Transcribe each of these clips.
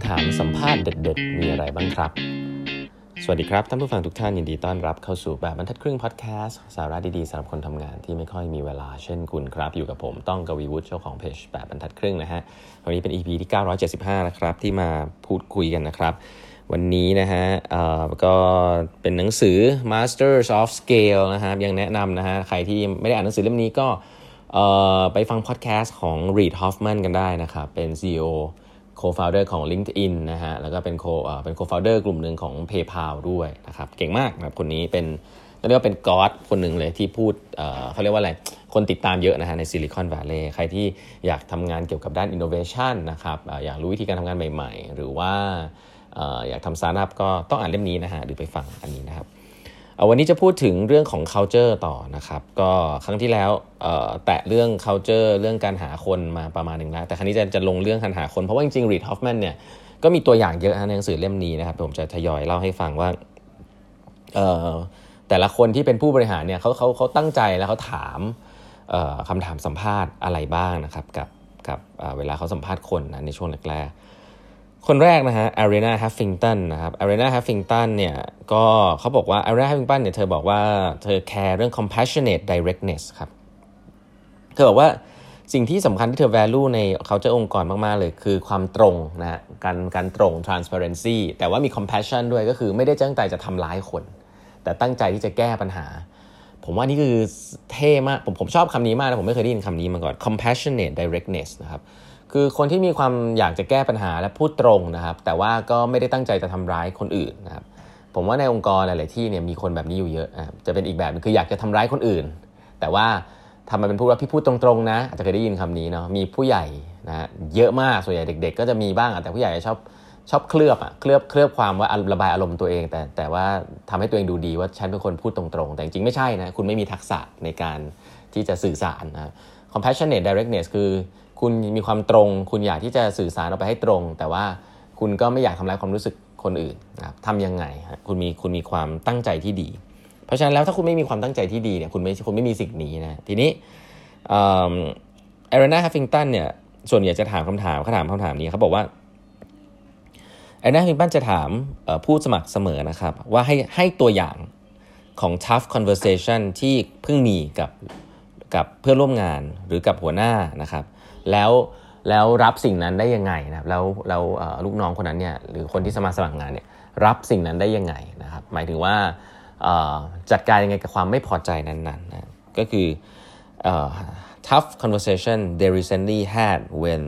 ำถามสัมภาษณ์เด็ดๆมีอะไรบ้างครับสวัสดีครับท่านผู้ฟังทุกท่านยินดีต้อนรับเข้าสู่แบบบรรทัดครึ่งพอดแคสต์สาระดีๆสำหรับคนทำงานที่ไม่ค่อยมีเวลาเช่นคุณครับอยู่กับผมต้องกวีวุฒิเจ้าของเพจแบบบรรทัดครึ่งนะฮะวันนี้เป็น EP ที่975นะครับที่มาพูดคุยกันนะครับวันนี้นะฮะก็เป็นหนังสือ Masters of Scale นะครับยังแนะนำนะฮะใครที่ไม่ได้อ่านหนังสือเล่มนี้ก็ไปฟังพอดแคสต์ของ Reid Hoffman กันได้นะครับเป็น CEO co-founder ของ LinkedIn นะฮะแล้วก็เป็น co-founder กลุ่มหนึ่งของ PayPal ด้วยนะครับเก่งมากนะครับคนนี้เป็นเรียกว่าเป็นก๊อดคนหนึ่งเลยที่พูดเขาเรียกว่าอะไรคนติดตามเยอะนะฮะใน Silicon Valley ใครที่อยากทำงานเกี่ยวกับด้าน innovation นะครับอยากรู้วิธีการทำงานใหม่ๆหรือว่าอยากทำ startup ก็ต้องอ่านเล่มนี้นะฮะหรือไปฟังอันนี้นะครับวันนี้จะพูดถึงเรื่องของ culture ต่อนะครับก็ครั้งที่แล้วแตะเรื่อง culture เรื่องการหาคนมาประมาณนึงแล้วแต่ครั้งนี้จะลงเรื่องการหาคนเพราะว่าจริงๆ Reid Hoffman เนี่ยก็มีตัวอย่างเยอะในหนังสือเล่มนี้นะครับผมจะทยอยเล่าให้ฟังว่าแต่ละคนที่เป็นผู้บริหารเนี่ยเขาตั้งใจแล้วเขาถามคำถามสัมภาษณ์อะไรบ้างนะครับกับเวลาเขาสัมภาษณ์คนนะในช่วงแรกคนแรกนะฮะ Arianna Huffington นะครับ Arianna Huffington เนี่ยก็เขาบอกว่า Arianna Huffington เนี่ยเธอบอกว่าเธอแคร์เรื่อง compassionate directness ครับเธอบอกว่าสิ่งที่สำคัญที่เธอ value ใน culture องค์กรมากๆเลยคือความตรงนะฮะการตรง transparency แต่ว่ามี compassion ด้วยก็คือไม่ได้ตั้งใจจะทำร้ายคนแต่ตั้งใจที่จะแก้ปัญหาผมว่านี่คือเท่มากผมชอบคำนี้มากนะผมไม่เคยได้ยินคำนี้มาก่อน compassionate directness นะครับคือคนที่มีความอยากจะแก้ปัญหาและพูดตรงนะครับแต่ว่าก็ไม่ได้ตั้งใจจะทำร้ายคนอื่นนะครับผมว่าในองค์กรหลายๆที่เนี่ยมีคนแบบนี้อยู่เยอะจะเป็นอีกแบบนึงคืออยากจะทำร้ายคนอื่นแต่ว่าทำมาเป็นพูดว่าพี่พูดตรงๆนะอาจจะเคยได้ยินคำนี้เนาะมีผู้ใหญ่นะเยอะมากส่วนใหญ่เด็กๆก็จะมีบ้างแต่ผู้ใหญ่ชอบเคลือบความว่าระบายอารมณ์ตัวเองแต่ว่าทำให้ตัวเองดูดีว่าฉันเป็นคนพูดตรงๆแต่จริงๆไม่ใช่นะคุณไม่มีทักษะในการที่จะสื่อสารนะ compassionate directness คือคุณมีความตรงคุณอยากที่จะสื่อสารออกไปให้ตรงแต่ว่าคุณก็ไม่อยากทำร้ายความรู้สึกคนอื่นนะครับทำยังไงคุณมีความตั้งใจที่ดีเพราะฉะนั้นแล้วถ้าคุณไม่มีความตั้งใจที่ดีเนี่ยคุณไม่มีสิ่งนี้นะทีนี้Arianna Huffington เนี่ยส่วนใหญ่จะถามคำถามนี้เขาบอกว่าArianna Huffington จะถามผู้สมัครเสมอนะครับว่าให้ตัวอย่างของ tough conversation ที่เพิ่งมีกับเพื่อนร่วมงานหรือกับหัวหน้านะครับแล้วรับสิ่งนั้นได้ยังไงนะครับแล้วลูกน้องคนนั้นเนี่ยหรือคนที่สมัครงานเนี่ยรับสิ่งนั้นได้ยังไงนะครับหมายถึงว่าจัดการยังไงกับความไม่พอใจนั้นๆนะก็คือ tough conversation they recently had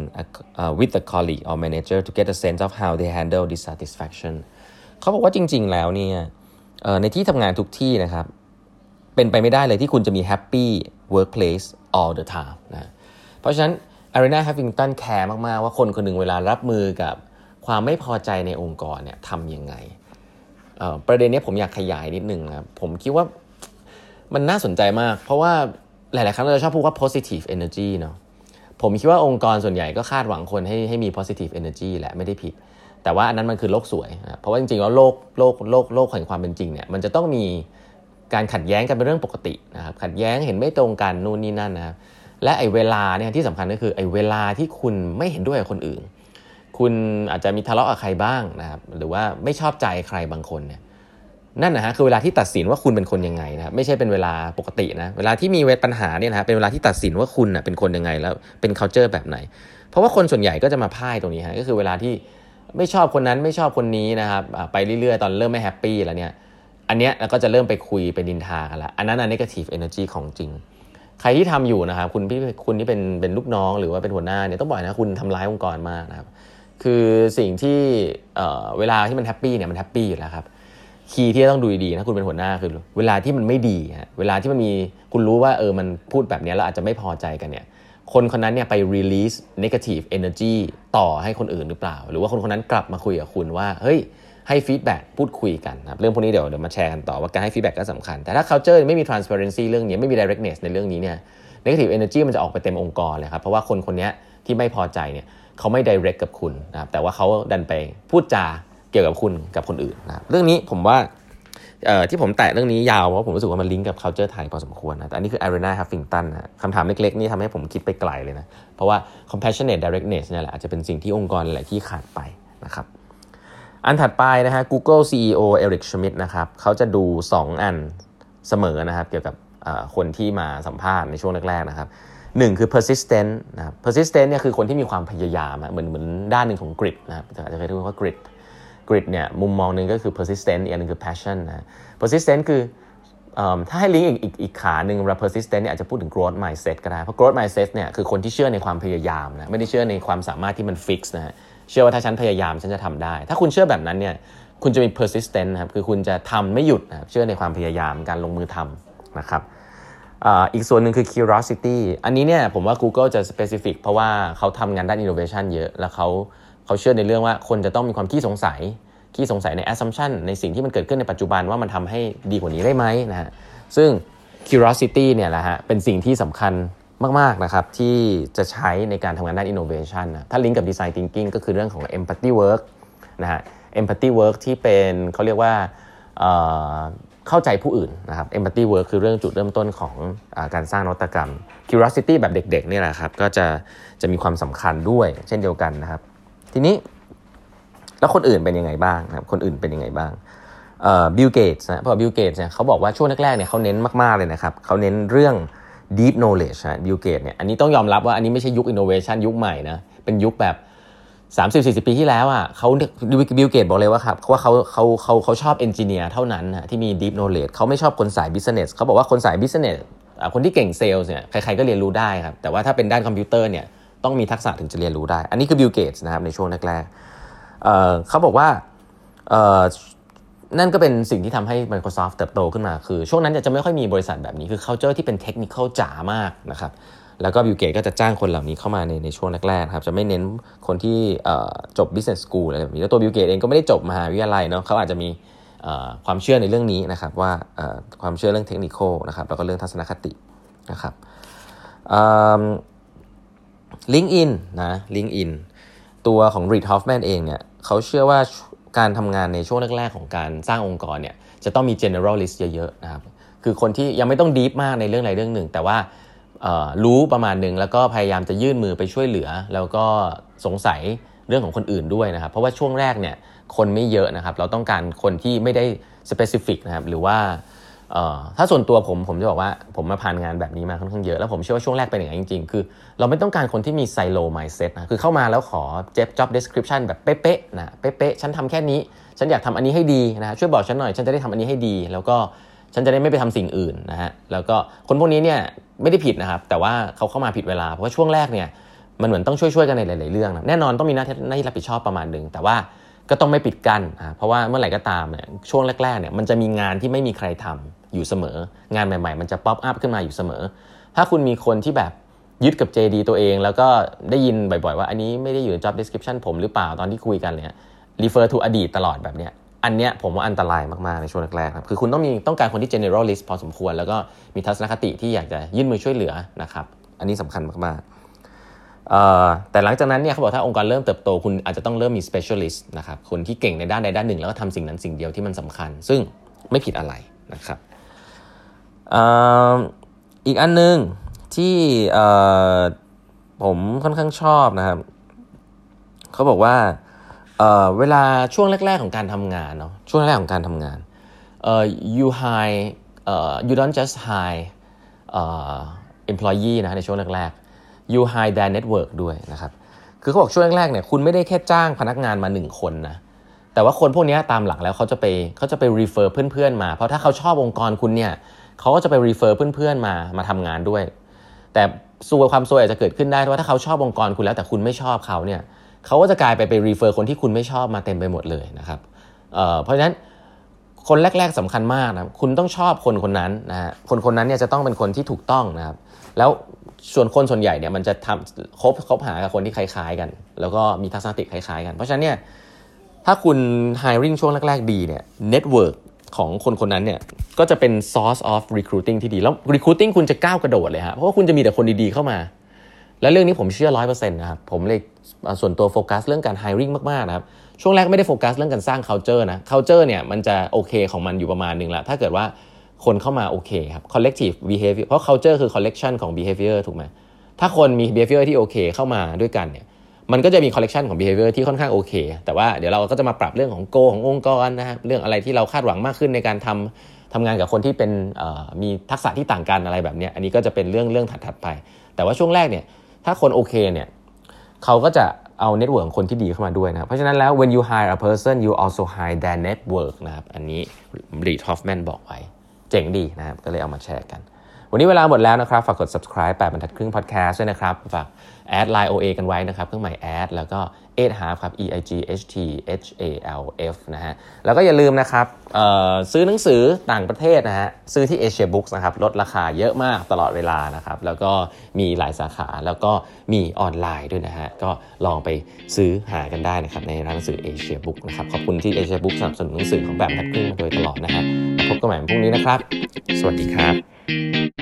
with a colleague or manager to get a sense of how they handle dissatisfaction เขาบอกว่าจริงๆแล้วเนี่ยในที่ทำงานทุกที่นะครับเป็นไปไม่ได้เลยที่คุณจะมี happy workplace all the time นะเพราะฉะนั้นArianna Huffington แคร์มากๆว่าคนคนหนึ่งเวลารับมือกับความไม่พอใจในองค์กรเนี่ยทำยังไงประเด็นนี้ผมอยากขยายนิดนึงนะครับผมคิดว่ามันน่าสนใจมากเพราะว่าหลายๆครั้งเราชอบพูดว่า positive energy เนาะผมคิดว่าองค์กรส่วนใหญ่ก็คาดหวังคนให้มี positive energy แหละไม่ได้ผิดแต่ว่าอันนั้นมันคือโลกสวยนะเพราะว่าจริงๆแล้วโลกแห่งความเป็นจริงเนี่ยมันจะต้องมีการขัดแย้งกันเป็นเรื่องปกตินะครับขัดแย้งเห็นไม่ตรงกันนู่นนี่นั่นนะครับและไอ้เวลาเนี่ยที่สำคัญก็คือไอ้เวลาที่คุณไม่เห็นด้วยกับคนอื่นคุณอาจจะมีทะเลาะกับใครบ้างนะครับหรือว่าไม่ชอบใจใครบางคนเนี่ยนั่นนะฮะคือเวลาที่ตัดสินว่าคุณเป็นคนยังไงนะครับไม่ใช่เป็นเวลาปกตินะเวลาที่มีปัญหาเนี่ยนะเป็นเวลาที่ตัดสินว่าคุณเป็นคนยังไงแล้วเป็น culture แบบไหนเพราะว่าคนส่วนใหญ่ก็จะมาพ่ายตรงนี้ฮะก็คือเวลาที่ไม่ชอบคนนั้นไม่ชอบคนนี้นะครับไปเรื่อยๆตอนเริ่มไม่แฮปปี้แล้วเนี่ยอันเนี้ยแล้วก็จะเริ่มไปคุยไปนินทากันละอันนั้นnegative energy ของจริงใครที่ทำอยู่นะครับคุณที่เป็นลูกน้องหรือว่าเป็นหัวหน้าเนี่ยต้องบอกนะคุณทำร้ายองค์กรมากนะครับคือสิ่งที่เวลาที่มันแฮปปี้เนี่ยมันแฮปปี้อยู่แล้วครับคีย์ที่ต้องดูดีๆนะคุณเป็นหัวหน้าคือเวลาที่มันไม่ดีฮะเวลาที่มันมีคุณรู้ว่ามันพูดแบบนี้แล้วอาจจะไม่พอใจกันเนี่ยคนนั้นเนี่ยไป release negative energy ต่อให้คนอื่นหรือเปล่าหรือว่าคนนั้นกลับมาคุยกับคุณว่าเฮ้ยให้ฟีดแบ็กพูดคุยกันนะครับเรื่องพวกนี้เดี๋ยวมาแชร์กันต่อว่าการให้ฟีดแบ็กก็สำคัญแต่ถ้า culture ไม่มี transparency เรื่องนี้ไม่มี directness ในเรื่องนี้เนี่ย negative energy มันจะออกไปเต็มองค์กรเลยครับเพราะว่าคนนี้ที่ไม่พอใจเนี่ยเขาไม่ direct กับคุณนะครับแต่ว่าเขาดันไปพูดจาเกี่ยวกับคุณกับคนอื่นนะครับเรื่องนี้ผมว่าที่ผมแตะเรื่องนี้ยาวเพราะผมรู้สึกว่ามันลิงก์กับ culture ไทยพอสมควรนะแต่อันนี้คือ Arianna Huffington นะคำถามเล็กๆนี่ทำให้ผมคิดไปไกลเลยนะเพราะว่า compassionate directness เนี่ยแหละอาจจะเป็นสิ่งที่องค์กรหลายที่ขาดไปนะครับอันถัดไปนะฮะ Google CEO เอริก ชมิดนะครับเขาจะดู2อันเสมอนะครับเกี่ยวกับคนที่มาสัมภาษณ์ในช่วงแรกๆนะครับ1คือ persistent นะครับ persistent เนี่ยคือคนที่มีความพยายามเหมือนด้านหนึ่งของ grit นะครับอาจจะเคยได้ยินว่า grit เนี่ยมุมมองนึงก็คือ persistent อีกอันนึงคือ passion นะ persistent คือถ้าให้ลิงก์อีกขาหนึ่งเรา persistent เนี่ยอาจจะพูดถึง growth mindset ก็ได้เพราะ growth mindset เนี่ยคือคนที่เชื่อในความพยายามนะไม่ได้เชื่อในความสามารถที่มัน fix นะฮะเชื่อว่าถ้าฉันพยายามฉันจะทำได้ถ้าคุณเชื่อแบบนั้นเนี่ยคุณจะมี persistent นะครับคือคุณจะทำไม่หยุดนะครับเชื่อในความพยายามการลงมือทำนะครับอีกส่วนหนึ่งคือ curiosity อันนี้เนี่ยผมว่า Google จะ specific เพราะว่าเขาทำงานด้าน innovation เยอะแล้วเขาเชื่อในเรื่องว่าคนจะต้องมีความขี้สงสัยใน assumption ในสิ่งที่มันเกิดขึ้นในปัจจุบันว่ามันทำให้ดีกว่านี้ได้ไหมนะฮะซึ่ง curiosity เนี่ยแหละฮะเป็นสิ่งที่สำคัญมากๆนะครับที่จะใช้ในการทำงานด้าน innovation นะถ้าลิงก์กับ design thinking ก็คือเรื่องของ empathy work นะฮะ empathy work ที่เป็นเขาเรียกว่าเข้าใจผู้อื่นนะครับ empathy work คือเรื่องจุดเริ่มต้นของการสร้างนวัตกรรม curiosity แบบเด็กๆนี่แหละครับก็จะมีความสำคัญด้วยเช่นเดียวกันนะครับทีนี้แล้วคนอื่นเป็นยังไงบ้างนะครับคนอื่นเป็นยังไงบ้างบิลเกตส์นะเพราะบิลเกตส์เนี่ยเขาบอกว่าช่วงแรกๆเนี่ยเขาเน้นมากๆเลยนะครับเขาเน้นเรื่อง deep knowledge นะบิลเกตส์เนี่ยอันนี้ต้องยอมรับว่าอันนี้ไม่ใช่ยุค innovation ยุคใหม่นะเป็นยุคแบบ30-40 ปีที่แล้วอ่ะเขาบิลเกตส์บอกเลยว่าครับว่าเขาชอบเอนจิเนียร์เท่านั้นนะที่มี deep knowledge เขาไม่ชอบคนสาย business เขาบอกว่าคนสาย business คนที่เก่งเซลส์เนี่ยใครๆก็เรียนรู้ได้ครับแต่ว่าถ้าเป็นด้านคอมพิวเตอร์เนี่ยต้องมีทักษะถึงจะเรียนรู้ได้อันนี้คือบิลเกตส์นะครับในช่วงแรกๆเขาบอกว่านั่นก็เป็นสิ่งที่ทำให้ Microsoft เติบโตขึ้นมาคือช่วงนั้นจะไม่ค่อยมีบริษัทแบบนี้คือ culture ที่เป็น technical จ๋ามากนะครับแล้วก็บิลเกตก็จะจ้างคนเหล่านี้เข้ามาในช่วงแรกๆครับจะไม่เน้นคนที่จบ business school อะไรแบบนี้แล้วตัวบิลเกตเองก็ไม่ได้จบมหาวิทยาลัยเนาะเขาอาจจะมีความเชื่อในเรื่องนี้นะครับว่าความเชื่อเรื่อง technical นะครับแล้วก็เรื่องทัศนคตินะครับLinkedIn นะ LinkedIn ตัวของ Reid Hoffman เองเนี่ยเขาเชื่อว่าการทำงานในช่วงแรกๆของการสร้างองค์กรเนี่ยจะต้องมี generalist เยอะๆนะครับคือคนที่ยังไม่ต้อง deep มากในเรื่องใดเรื่องหนึ่งแต่ว่ารู้ประมาณนึงแล้วก็พยายามจะยื่นมือไปช่วยเหลือแล้วก็สงสัยเรื่องของคนอื่นด้วยนะครับเพราะว่าช่วงแรกเนี่ยคนไม่เยอะนะครับเราต้องการคนที่ไม่ได้ specific นะครับหรือว่าถ้าส่วนตัวผมจะบอกว่าผมมาผ่านงานแบบนี้มาค่อนข้างเยอะแล้วผมเชื่อว่าช่วงแรกเป็นอย่างนั้นจริงๆคือเราไม่ต้องการคนที่มี silo mindset นะคือเข้ามาแล้วขอ job description แบบเป๊ะๆนะเป๊ะๆฉันทำแค่นี้ฉันอยากทำอันนี้ให้ดีนะช่วยบอกฉันหน่อยฉันจะได้ทำอันนี้ให้ดีแล้วก็ฉันจะได้ไม่ไปทำสิ่งอื่นนะฮะแล้วก็คนพวกนี้เนี่ยไม่ได้ผิดนะครับแต่ว่าเขาเข้ามาผิดเวลาเพราะว่าช่วงแรกเนี่ยมันเหมือนต้องช่วยๆกันในหลายๆเรื่องนะแน่นอนต้องมีหน้าที่รับผิดชอบประมาณนึงแต่ว่าก็ต้องไม่ปิดกั้นเพราะว่าเมื่อไหร่ก็ตามเนี่ยช่วงแรกๆเนี่ยมันจะมีงานที่ไม่มีใครทำอยู่เสมองานใหม่ๆมันจะป๊อปอัพขึ้นมาอยู่เสมอถ้าคุณมีคนที่แบบยึดกับ JD ตัวเองแล้วก็ได้ยินบ่อยๆว่าอันนี้ไม่ได้อยู่ใน job description ผมหรือเปล่าตอนที่คุยกันเนี่ย refer to อดีตตลอดแบบเนี้ยอันเนี้ยผมว่าอันตรายมากๆในช่วงแรกๆครับคือคุณต้องการคนที่ generalist พอสมควรแล้วก็มีทัศนคติที่อยากจะยื่นมือช่วยเหลือนะครับอันนี้สำคัญมากๆแต่หลังจากนั้นเนี่ยเขาบอกถ้าองค์กรเริ่มเติบโตคุณอาจจะต้องเริ่มมี specialist นะครับคนที่เก่งในด้านใดด้านหนึ่งแล้วก็ทำสิ่งนั้นสิ่งเดียวที่มันสำคัญซึ่งไม่ผิดอะไรนะครับอีกอันนึงที่ผมค่อนข้างชอบนะครับเขาบอกว่าเวลาช่วงแรกๆของการทำงานเนาะช่วงแรกของการทำงานyou hire you don't just hire employee นะในช่วงแรกๆ you hire their network ด้วยนะครับคือเขาบอกช่วงแรกๆเนี่ยคุณไม่ได้แค่จ้างพนักงานมา1คนนะแต่ว่าคนพวกนี้ตามหลักแล้วเขาจะไป refer เพื่อนๆมาเพราะถ้าเขาชอบองค์กรคุณเนี่ยเขาก็จะไป refer เพื่อนๆมาทำงานด้วยแต่ความซวยอาจจะเกิดขึ้นได้ว่าถ้าเขาชอบองค์กรคุณแล้วแต่คุณไม่ชอบเขาเนี่ยเขาก็จะกลายไป refer คนที่คุณไม่ชอบมาเต็มไปหมดเลยนะครับเพราะฉะนั้นคนแรกๆสำคัญมากนะคุณต้องชอบคนนั้นนะฮะคนนั้นเนี่ยจะต้องเป็นคนที่ถูกต้องนะครับแล้วส่วนใหญ่เนี่ยมันจะทำคบหากับคนที่คล้ายๆกันแล้วก็มีทัศนคติคล้ายๆกันเพราะฉะนั้นเนี่ยถ้าคุณ hiring ช่วงแรกๆดีเนี่ย network ของคนนั้นเนี่ยก็จะเป็น source of recruiting ที่ดีแล้ว recruiting คุณจะก้าวกระโดดเลยฮะเพราะว่าคุณจะมีแต่คนดีๆเข้ามาและเรื่องนี้ผมเชื่อ 100% นะครับผมเลยส่วนตัวโฟกัสเรื่องการ hiring มากๆนะครับช่วงแรกไม่ได้โฟกัสเรื่องการสร้าง culture นะ culture เนี่ยมันจะโอเคของมันอยู่ประมาณนึงแหละถ้าเกิดว่าคนเข้ามาโอเคครับ collective behavior เพราะ culture คือ collection ของ behavior ถูกไหมถ้าคนมี behavior ที่โอเคเข้ามาด้วยกันเนี่ยมันก็จะมีคอลเลกชันของ behavior ที่ค่อนข้างโอเคแต่ว่าเดี๋ยวเราก็จะมาปรับเรื่องของ goal ขององค์กรนะครับเรื่องอะไรที่เราคาดหวังมากขึ้นในการทำงานกับคนที่เป็นมีทักษะที่ต่างกันอะไรแบบนี้อันนี้ก็จะเป็นเรื่องถัดไปแต่ว่าช่วงแรกเนี่ยถ้าคนโอเคเนี่ยเขาก็จะเอาเน็ตเวิร์กของคนที่ดีเข้ามาด้วยนะครับเพราะฉะนั้นแล้ว when you hire a person you also hire their network นะครับอันนี้รีด Hoffman บอกไว้เจ๋งดีนะครับก็เลยเอามาแชร์กันวันนี้เวลาหมดแล้วนะครับฝากกด subscribe 8 บรรทัดครึ่ง podcast ด้วยนะครับฝากแอด Line OA กันไว้นะครับเครื่องหมายแอดแล้วก็8half ครับ EIGHTHALF นะฮะแล้วก็อย่าลืมนะครับซื้อหนังสือต่างประเทศนะฮะซื้อที่ Asia Books นะครับลดราคาเยอะมากตลอดเวลานะครับแล้วก็มีหลายสาขาแล้วก็มีออนไลน์ด้วยนะฮะก็ลองไปซื้อหากันได้นะครับในร้านหนังสือ Asia Book นะครับขอบคุณที่ Asia Book สนับสนุนหนังสือของแบบบรรทัดครึ่งมาโดยตลอดนะฮะพบกันใหม่พรุ่งนี้นะครับสวัสดีครับ